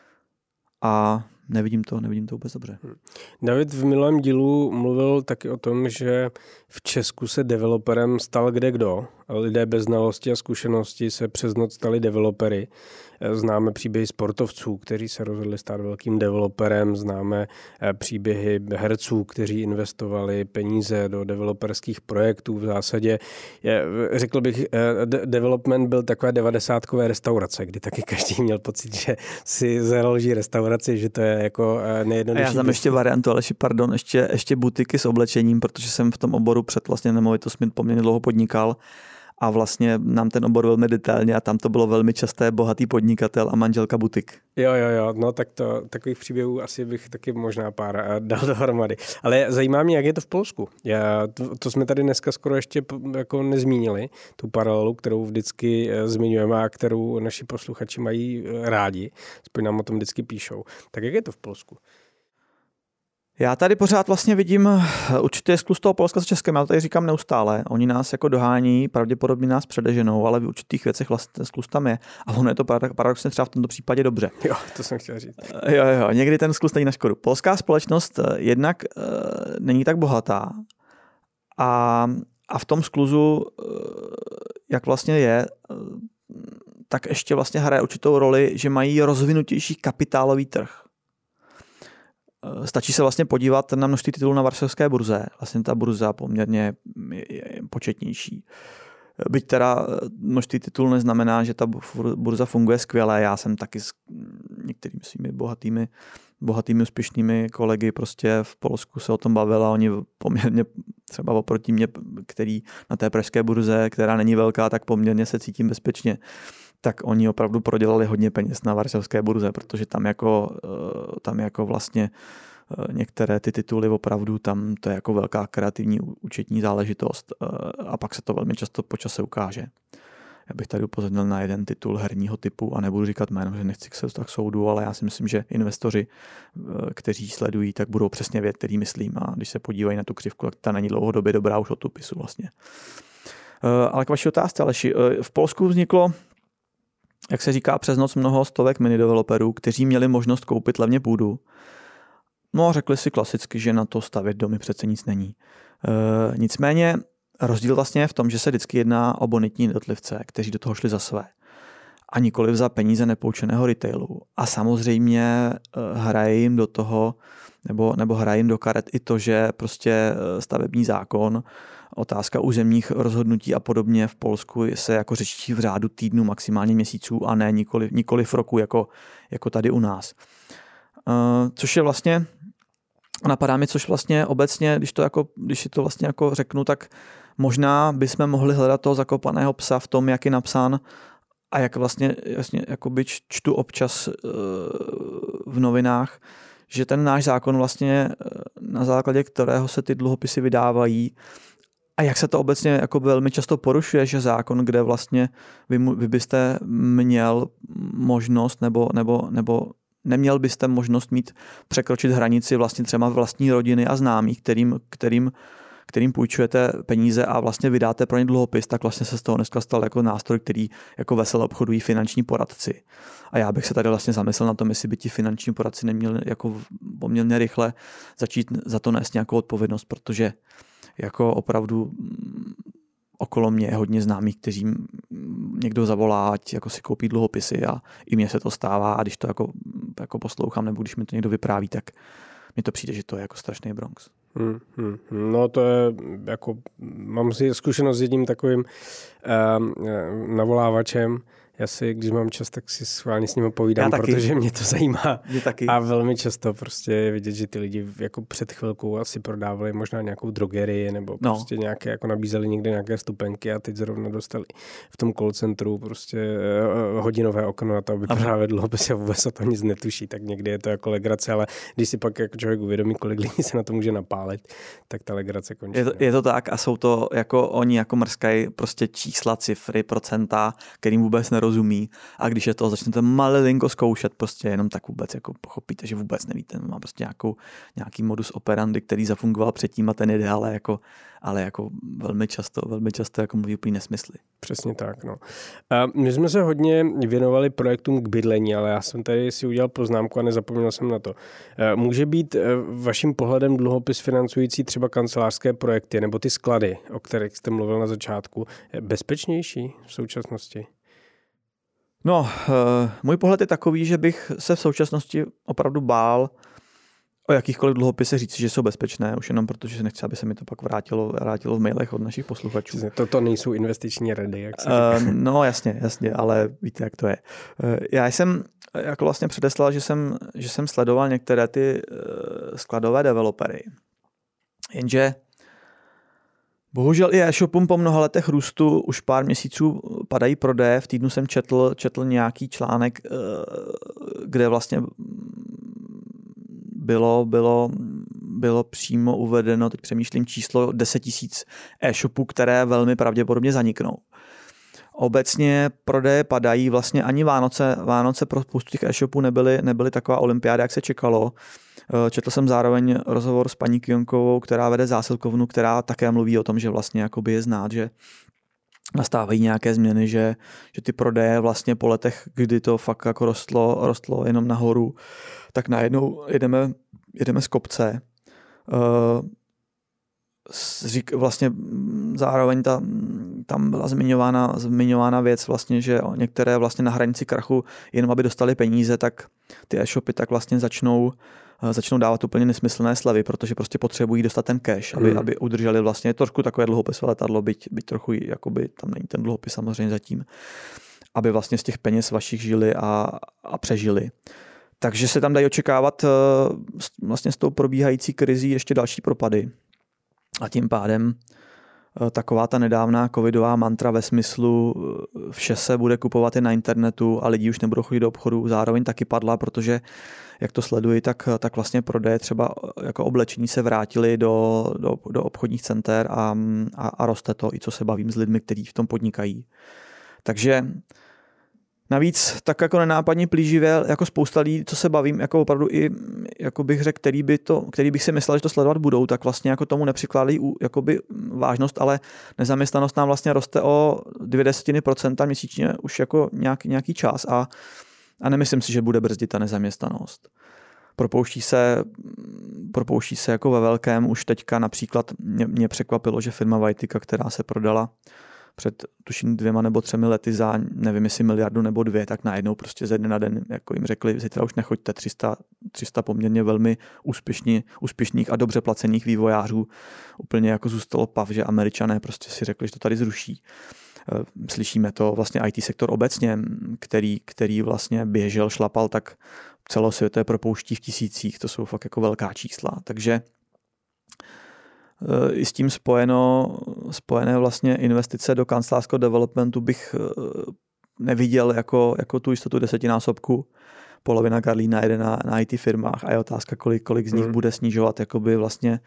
a nevidím to vůbec dobře. David v minulém dílu mluvil taky o tom, že v Česku se developerem stal kdekdo. Lidé bez znalosti a zkušenosti se přes noc stali developery. Známe příběhy sportovců, kteří se rozhodli stát velkým developerem. Známe příběhy herců, kteří investovali peníze do developerských projektů. V zásadě, řekl bych, development byl takové 90kové restaurace, kdy taky každý měl pocit, že si založí restauraci, že to je jako nejjednodušší. A já tam ještě variantu, ale pardon, ještě butiky s oblečením, protože jsem v tom oboru před vlastně nemovitostmi poměrně dlouho podnikal. a vlastně nám ten obor velmi detailně a tam to bylo velmi časté bohatý podnikatel a manželka butik. Jo, no tak takových příběhů asi bych taky možná pár dal dohromady. Ale zajímá mě, jak je to v Polsku. To jsme tady dneska skoro ještě jako nezmínili, tu paralelu, kterou vždycky zmiňujeme a kterou naši posluchači mají rádi, aspoň nám o tom vždycky píšou. Tak jak je to v Polsku? Já tady pořád vlastně vidím určitě skluz toho Polska s Českem, já to tady říkám neustále. Oni nás jako dohání, pravděpodobně nás předeženou, ale v určitých věcech vlastně ten skluz tam je. A ono je to paradoxně třeba v tomto případě dobře. Jo, to jsem chtěl říct. Jo, někdy ten skluz není na škodu. Polská společnost jednak není tak bohatá a v tom skluzu, jak vlastně je, tak ještě vlastně hraje určitou roli, že mají rozvinutější kapitálový trh. Stačí se vlastně podívat na množství titulů na varšavské burze. Vlastně ta burza poměrně je početnější. Byť teda množství titulů neznamená, že ta burza funguje skvěle. Já jsem taky s některými svými bohatými úspěšnými kolegy prostě v Polsku se o tom bavil a oni poměrně třeba oproti mě, který na té pražské burze, která není velká, tak poměrně se cítím bezpečně. Tak oni opravdu prodělali hodně peněz na varšavské burze, protože tam jako vlastně některé ty tituly opravdu tam to je jako velká kreativní účetní záležitost a pak se to velmi často po čase ukáže. Já bych tady upozornil na jeden titul herního typu a nebudu říkat jméno, že nechci se tak soudu, ale já si myslím, že investoři, kteří sledují, tak budou přesně vědět, který myslím a když se podívají na tu křivku, tak ta není dlouhodobě dobrá už od opisu vlastně. Ale k vaší otázce, Aleši, v Polsku vzniklo, jak se říká, přes noc mnoho stovek mini-developerů, kteří měli možnost koupit levně půdu. No a řekli si klasicky, že na to stavět domy přece nic není. Nicméně rozdíl vlastně je v tom, že se vždycky jedná o bonitní jednotlivce, kteří do toho šli za své. A nikoliv za peníze nepoučeného retailu. A samozřejmě hraje jim do toho, nebo hraje jim do karet i to, že prostě stavební zákon, otázka územních rozhodnutí a podobně v Polsku se jako řeší v řádu týdnů, maximálně měsíců a ne nikoliv roku jako tady u nás. Což je vlastně, napadá mi, což vlastně obecně, když si to vlastně jako řeknu, tak možná bychom mohli hledat toho zakopaného psa v tom, jak je napsán a jak vlastně jakoby čtu občas v novinách, že ten náš zákon vlastně na základě kterého se ty dluhopisy vydávají a jak se to obecně jako velmi často porušuje, že zákon, kde vlastně vy byste měl možnost nebo neměl byste možnost mít překročit hranici vlastně třeba vlastní rodiny a známých, kterým půjčujete peníze a vlastně vydáte pro ně dluhopis, tak vlastně se z toho dneska stal jako nástroj, který jako vesele obchodují finanční poradci. A já bych se tady vlastně zamyslel na tom, jestli by ti finanční poradci neměli jako poměrně rychle začít za to nést nějakou odpovědnost, protože jako opravdu okolo mě je hodně známých, kteří někdo zavolá, ať jako si koupí dluhopisy a i mně se to stává a když to jako poslouchám nebo když mi to někdo vypráví, tak mně to přijde, že to je jako strašný Bronx. No to je jako, mám si zkušenost s jedním takovým navolávačem. Já si, když mám čas, tak si schválně s ním povídám, protože mě to zajímá. A velmi často prostě je vidět, že ty lidi jako před chvilkou asi prodávali možná nějakou drogerii nebo prostě nějaké, jako nabízeli někde nějaké stupenky a teď zrovna dostali v tom call centru prostě hodinové okno na to, aby prodávali dluhopisy a vůbec o to nic netuší, tak někdy je to jako legrace, ale když si pak jako člověk uvědomí, kolik lidí se na to může napálit, tak ta legrace končí. Je to tak a jsou to jako oni jako mrskají prostě čísla, cifry, procenta, kterým vůbec nerozumí a když je to začnete malinko zkoušet prostě jenom tak vůbec jako pochopíte, že vůbec nevíte, má prostě nějaký modus operandi, který zafungoval předtím a ten jde, ale jako velmi často jako mluví úplně nesmysly. Přesně tak, no. My jsme se hodně věnovali projektům k bydlení, ale já jsem tady si udělal poznámku a nezapomněl jsem na to. Může být vaším pohledem dluhopis financující třeba kancelářské projekty nebo ty sklady, o kterých jste mluvil na začátku, bezpečnější v současnosti? No, můj pohled je takový, že bych se v současnosti opravdu bál o jakýchkoliv dluhopisech říct, že jsou bezpečné, už jenom protože nechci, aby se mi to pak vrátilo v mailech od našich posluchačů. Toto nejsou investiční rady, jak se no jasně, ale víte, jak to je. Já jsem jako vlastně předeslal, že jsem sledoval některé ty skladové developery. Jenže Bohužel i e-shopům po mnoha letech růstu už pár měsíců padají prodeje. V týdnu jsem četl nějaký článek, kde vlastně bylo přímo uvedeno, teď přemýšlím, číslo 10 000 e-shopů, které velmi pravděpodobně zaniknou. Obecně prodeje padají, vlastně ani Vánoce pro spoustu těch e-shopů nebyly taková olympiáda, jak se čekalo. Četl jsem zároveň rozhovor s paní Kionkovou, která vede zásilkovnu, která také mluví o tom, že vlastně jakoby je znát, že nastávají nějaké změny, že ty prodeje vlastně po letech, kdy to fakt jako rostlo jenom nahoru, tak najednou jedeme z kopce. Vlastně zároveň tam byla zmiňována věc vlastně, že některé vlastně na hranici krachu, jenom aby dostali peníze, tak ty e-shopy tak vlastně začnou dávat úplně nesmyslné slevy, protože prostě potřebují dostat ten cash, aby udrželi vlastně trošku takové dluhopisové letadlo, byť trochu jakoby tam není ten dluhopis samozřejmě zatím, aby vlastně z těch peněz vašich žili a přežili. Takže se tam dají očekávat vlastně s tou probíhající krizí ještě další propady. A tím pádem taková ta nedávná covidová mantra ve smyslu vše se bude kupovat i na internetu a lidi už nebudou chodit do obchodu, zároveň taky padla, protože jak to sleduji, tak vlastně prodeje třeba jako oblečení se vrátily do obchodních center a roste to, i co se bavím s lidmi, kteří v tom podnikají. Takže navíc tak jako nenápadně plíživě, jako spousta lidí, co se bavím, jako opravdu i, jako bych řekl, který bych si myslel, že to sledovat budou, tak vlastně jako tomu nepřikládají jakoby vážnost, ale nezaměstnanost nám vlastně roste o 0,2% měsíčně už jako nějaký čas a nemyslím si, že bude brzdit ta nezaměstnanost. Propouští se jako ve velkém, už teďka například mě překvapilo, že firma Vajtika, která se prodala před tuším 2 nebo 3 lety za nevím jestli 1 miliardu nebo 2, tak najednou prostě ze dne na den jako jim řekli, zítra už nechoďte, 300 poměrně velmi úspěšných a dobře placených vývojářů úplně jako zůstalo pav, že Američané prostě si řekli, že to tady zruší. Slyšíme to vlastně IT sektor obecně, který vlastně běžel, šlapal, tak celosvětové propouští v tisících, to jsou fakt jako velká čísla, takže i s tím spojené vlastně investice do kancelářského developmentu bych neviděl jako tu jistotu 10násobku. Polovina Karlína jede na IT firmách a je otázka, kolik z nich bude snižovat jakoby vlastně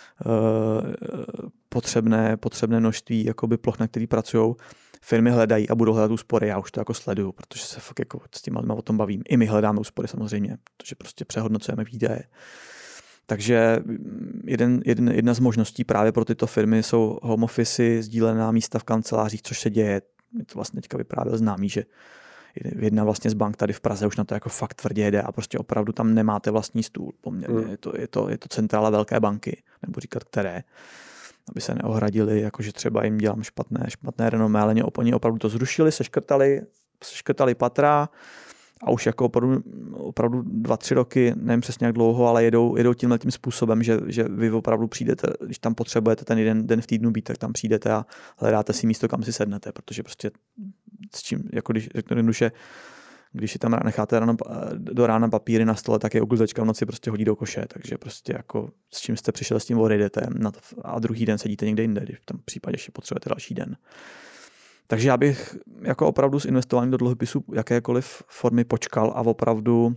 potřebné množství jakoby ploch, na který pracují. Firmy hledají a budou hledat úspory, já už to jako sleduju, protože se fakt jako s tím o tom bavím. I my hledáme úspory samozřejmě, protože prostě přehodnocujeme výdaje. Takže jedna z možností právě pro tyto firmy jsou home office, sdílená místa v kancelářích, což se děje. Mi to vlastně teďka vyprávěl známý, že jedna vlastně z bank tady v Praze už na to jako fakt tvrdě jede a prostě opravdu tam nemáte vlastní stůl poměrně. Je to centrála velké banky, nebo říkat které, aby se neohradili, jakože třeba jim dělám špatné renomé, ale oni opravdu to zrušili, seškrtali patra a už jako opravdu 2-3 roky, nevím přesně jak dlouho, ale jedou tímhletím způsobem, že vy opravdu přijdete, když tam potřebujete ten jeden den v týdnu být, tak tam přijdete a hledáte si místo, kam si sednete, protože prostě s čím, jako když řeknu jednoduše, když si tam necháte do rána papíry na stole, tak je uklízečka v noci prostě hodí do koše, takže prostě jako s čím jste přišel, s tím odejdete a druhý den sedíte někde jinde, když v tom případě ještě potřebujete další den. Takže já bych jako opravdu s investováním do dluhopisů jakékoliv formy počkal a opravdu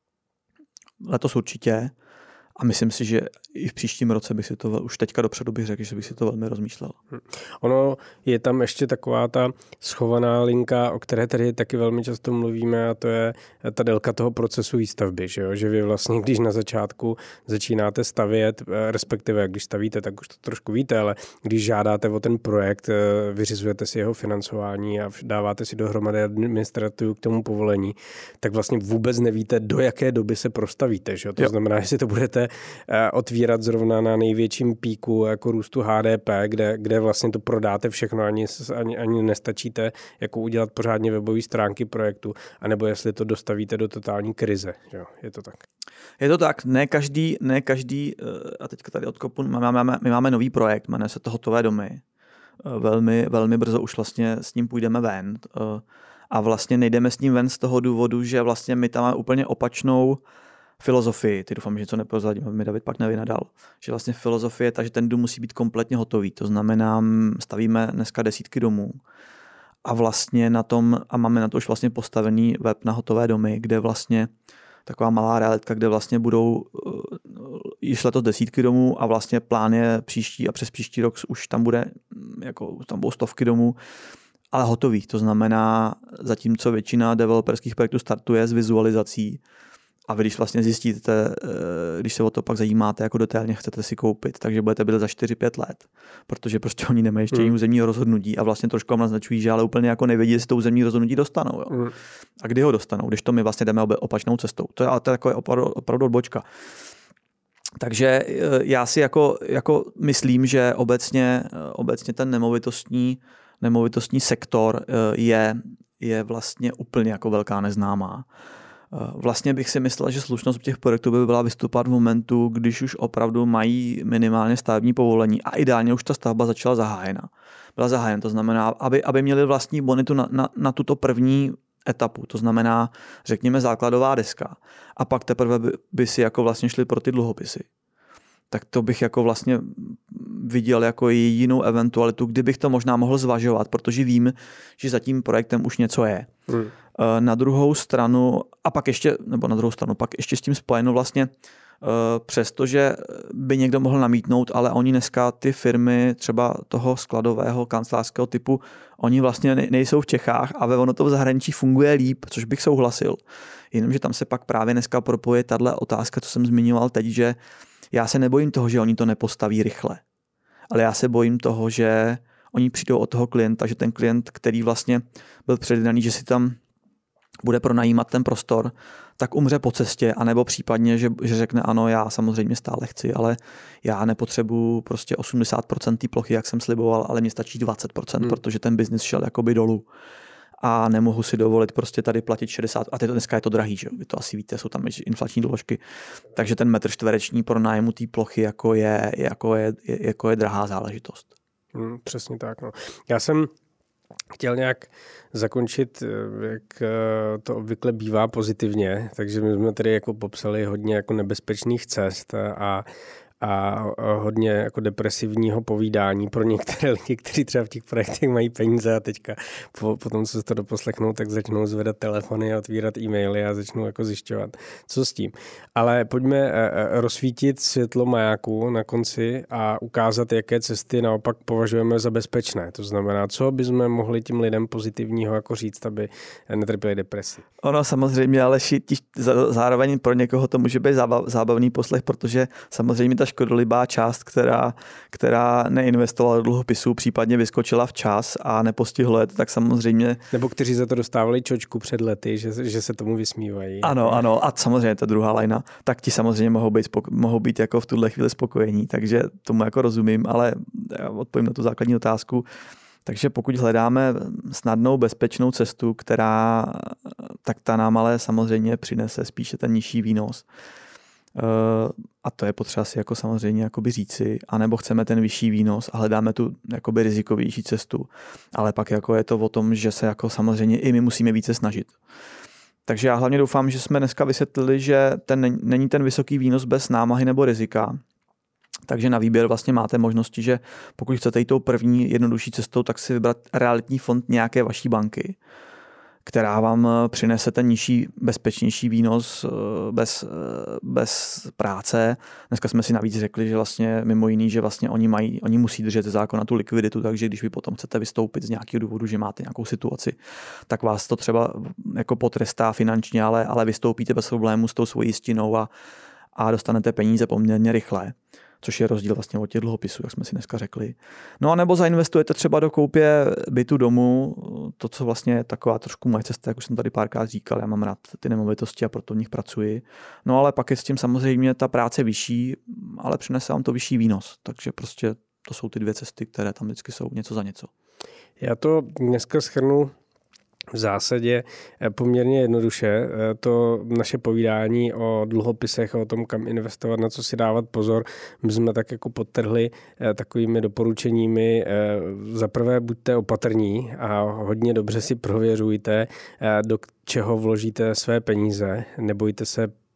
letos určitě a myslím si, že i v příštím roce bych si to už teďka dopředu bych řekl, že bych si to velmi rozmýšlel. Ono je tam ještě taková ta schovaná linka, o které tady taky velmi často mluvíme a to je ta délka toho procesu výstavby, že vy vlastně, když na začátku začínáte stavět, respektive když stavíte, tak už to trošku víte, ale když žádáte o ten projekt, vyřizujete si jeho financování a dáváte si dohromady administrativu k tomu povolení, tak vlastně vůbec nevíte, do jaké doby se prostavíte. Že? To znamená, jestli to budete otvírat zrovna na největším píku jako růstu HDP, kde vlastně to prodáte všechno, ani nestačíte jako udělat pořádně webové stránky projektu, anebo jestli to dostavíte do totální krize. Že? Je to tak? Je to tak. Ne každý a teďka tady odkopu, my máme nový projekt, jmenuje se to Hotové domy. Velmi, velmi brzo už vlastně s ním půjdeme ven. A vlastně nejdeme s ním ven z toho důvodu, že vlastně my tam máme úplně opačnou filozofii, ty doufám, že něco neprozradím, aby mi David pak nevynadal, že vlastně filozofie je ta, že ten dům musí být kompletně hotový, to znamená, stavíme dneska desítky domů a vlastně na tom, a máme na to už vlastně postavený web na hotové domy, kde vlastně taková malá realitka, kde vlastně budou již letos desítky domů a vlastně plán je příští a přes příští rok už tam bude, jako tam budou stovky domů, ale hotový. To znamená, zatímco většina developerských projektů startuje s vizualizací a vy když vlastně zjistíte, když se o to pak zajímáte, jako detailně chcete si koupit, takže budete být za 4-5 let, protože prostě oni nemají ještě územní rozhodnutí a vlastně trošku vám naznačují, že ale úplně jako nevědí, jestli to územní rozhodnutí dostanou. Jo. A kdy ho dostanou, když to my vlastně jdeme opačnou cestou. To je ale takové opravdu odbočka. Takže já si jako myslím, že obecně ten nemovitostní sektor je vlastně úplně jako velká neznámá. Vlastně bych si myslel, že slušnost těch projektů by byla vystupovat v momentu, když už opravdu mají minimálně stavební povolení a ideálně už ta stavba začala byla zahájena. To znamená, aby měli vlastní bonitu na tuto první etapu, to znamená, řekněme, základová deska. A pak teprve by si jako vlastně šli pro ty dluhopisy. Tak to bych jako vlastně viděl jako jedinou eventualitu, kdybych to možná mohl zvažovat, protože vím, že za tím projektem už něco je. Na druhou stranu, pak ještě s tím spojeno vlastně, přestože by někdo mohl namítnout, ale oni dneska ty firmy třeba toho skladového kancelářského typu, oni vlastně nejsou v Čechách a ono to v zahraničí funguje líp, což bych souhlasil. Jenomže tam se pak právě dneska propoje tahle otázka, co jsem zmiňoval teď, že já se nebojím toho, že oni to nepostaví rychle, ale já se bojím toho, že oni přijdou od toho klienta, že ten klient, který vlastně byl předjednaný, že si tam bude pronajímat ten prostor, tak umře po cestě, anebo případně, že řekne ano, já samozřejmě stále chci, ale já nepotřebuju prostě 80% té plochy, jak jsem sliboval, ale mně stačí 20%, protože ten biznis šel jakoby dolů. A nemohu si dovolit prostě tady platit 60, a dneska je to drahý, že? Vy to asi víte, jsou tam inflační doložky. Takže ten metr čtvereční pro nájmu té plochy jako je drahá záležitost. Přesně tak. No. Já jsem chtěl nějak zakončit, jak to obvykle bývá, pozitivně, takže my jsme tady jako popsali hodně jako nebezpečných cest a hodně jako depresivního povídání pro některé lidi, kteří třeba v těch projektech mají peníze a teďka potom, co se to doposlechnou, tak začnou zvedat telefony a otvírat e-maily a začnou jako zjišťovat, co s tím. Ale pojďme rozsvítit světlo majáku na konci a ukázat, jaké cesty naopak považujeme za bezpečné. To znamená, co bychom mohli tím lidem pozitivního jako říct, aby netrpěli depresi. Ono samozřejmě, ale zároveň pro někoho to může být zábavný poslech, protože samozřejmě ta škodolibá část, která neinvestovala do dluhopisů, případně vyskočila včas a nepostihlo je to, tak samozřejmě... Nebo kteří za to dostávali čočku před lety, že se tomu vysmívají. Ano, a samozřejmě ta druhá lajna, tak ti samozřejmě mohou být jako v tuhle chvíli spokojení, takže tomu jako rozumím, ale já odpovím na tu základní otázku. Takže pokud hledáme snadnou, bezpečnou cestu, tak ta nám ale samozřejmě přinese spíše ten nižší výnos. A to je potřeba si jako samozřejmě jakoby říci, anebo chceme ten vyšší výnos a hledáme tu jakoby rizikovější cestu. Ale pak jako je to o tom, že se jako samozřejmě i my musíme více snažit. Takže já hlavně doufám, že jsme dneska vysvětlili, že není ten vysoký výnos bez námahy nebo rizika. Takže na výběr vlastně máte možnosti, že pokud chcete jít tou první jednodušší cestou, tak si vybrat realitní fond nějaké vaší banky, která vám přinese ten nižší, bezpečnější výnos bez práce. Dneska jsme si navíc řekli, že vlastně mimo jiný, že vlastně oni musí držet ze zákona tu likviditu, takže když vy potom chcete vystoupit z nějakého důvodu, že máte nějakou situaci, tak vás to třeba jako potrestá finančně, ale vystoupíte bez problémů s tou svojí jistinou a dostanete peníze poměrně rychle, což je rozdíl vlastně od těch dluhopisů, jak jsme si dneska řekli. No a nebo zainvestujete třeba do koupě bytu domu, to, co vlastně je taková trošku moje cesta, jak už jsem tady párkrát říkal, já mám rád ty nemovitosti a proto v nich pracuji. No ale pak je s tím samozřejmě ta práce vyšší, ale přinese vám to vyšší výnos, takže prostě to jsou ty dvě cesty, které tam vždycky jsou něco za něco. Já to dneska shrnu v zásadě poměrně jednoduše. To naše povídání o dluhopisech a o tom, kam investovat, na co si dávat pozor, my jsme tak jako podtrhli takovými doporučeními. Za prvé buďte opatrní a hodně dobře si prověřujte, do čeho vložíte své peníze. Nebojte se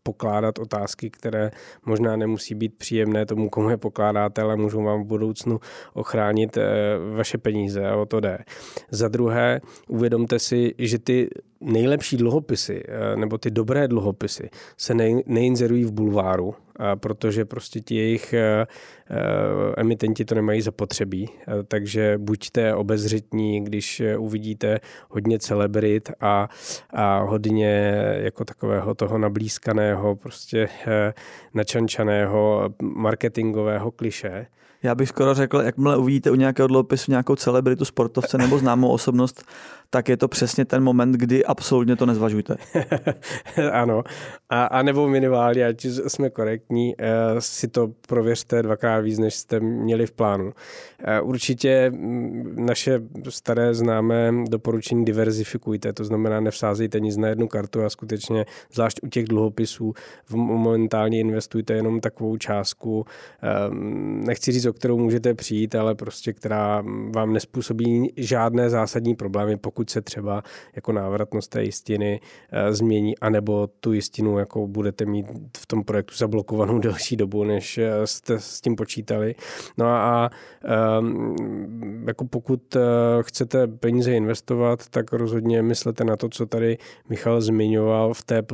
pokládat otázky, které možná nemusí být příjemné tomu, komu je pokládáte, ale můžou vám v budoucnu ochránit vaše peníze a o to jde. Za druhé, uvědomte si, že ty nejlepší dluhopisy nebo ty dobré dluhopisy se neinzerují v bulváru, protože prostě ti jejich emitenti to nemají zapotřebí. Takže buďte obezřetní, když uvidíte hodně celebrit a hodně jako takového toho nablízkaného, prostě načančaného marketingového klišé. Já bych skoro řekl, jakmile uvidíte u nějakého dluhopisu nějakou celebritu, sportovce nebo známou osobnost, tak je to přesně ten moment, kdy absolutně to nezvažujte. Ano. A nebo minimálně, ať jsme korektní, si to prověřte dvakrát víc, než jste měli v plánu. Určitě naše staré známé doporučení diverzifikujte, to znamená nevsázejte nic na jednu kartu a skutečně, zvlášť u těch dluhopisů, momentálně investujte jenom takovou částku. Nechci říct, o kterou můžete přijít, ale prostě, která vám nespůsobí žádné zásadní problémy, pokud se třeba jako návratnost té jistiny změní, anebo tu jistinu jako budete mít v tom projektu zablokovanou delší dobu, než jste s tím počítali. No a jako pokud chcete peníze investovat, tak rozhodně myslete na to, co tady Michal zmiňoval v té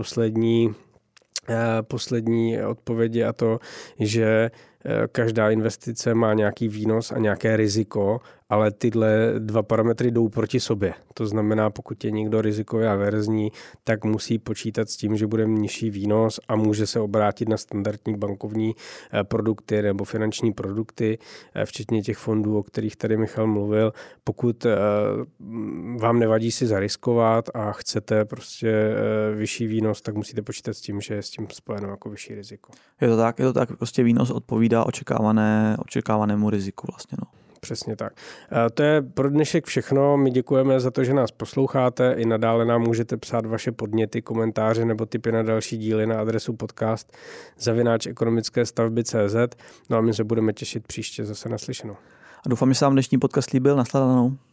poslední odpovědi, a to, že každá investice má nějaký výnos a nějaké riziko, ale tyhle dva parametry jdou proti sobě. To znamená, pokud je někdo rizikově averzní, tak musí počítat s tím, že bude nižší výnos a může se obrátit na standardní bankovní produkty nebo finanční produkty, včetně těch fondů, o kterých tady Michal mluvil. Pokud vám nevadí si zariskovat a chcete prostě vyšší výnos, tak musíte počítat s tím, že je s tím spojeno jako vyšší riziko. Je to tak, prostě výnos odpovídá očekávanému riziku vlastně, no. Přesně tak. To je pro dnešek všechno. My děkujeme za to, že nás posloucháte. I nadále nám můžete psát vaše podněty, komentáře nebo tipy na další díly na adresu podcast@ekonomickéstavby.cz. No a my se budeme těšit příště zase naslyšenou. A doufám, že se vám dnešní podcast líbil. Nashledanou.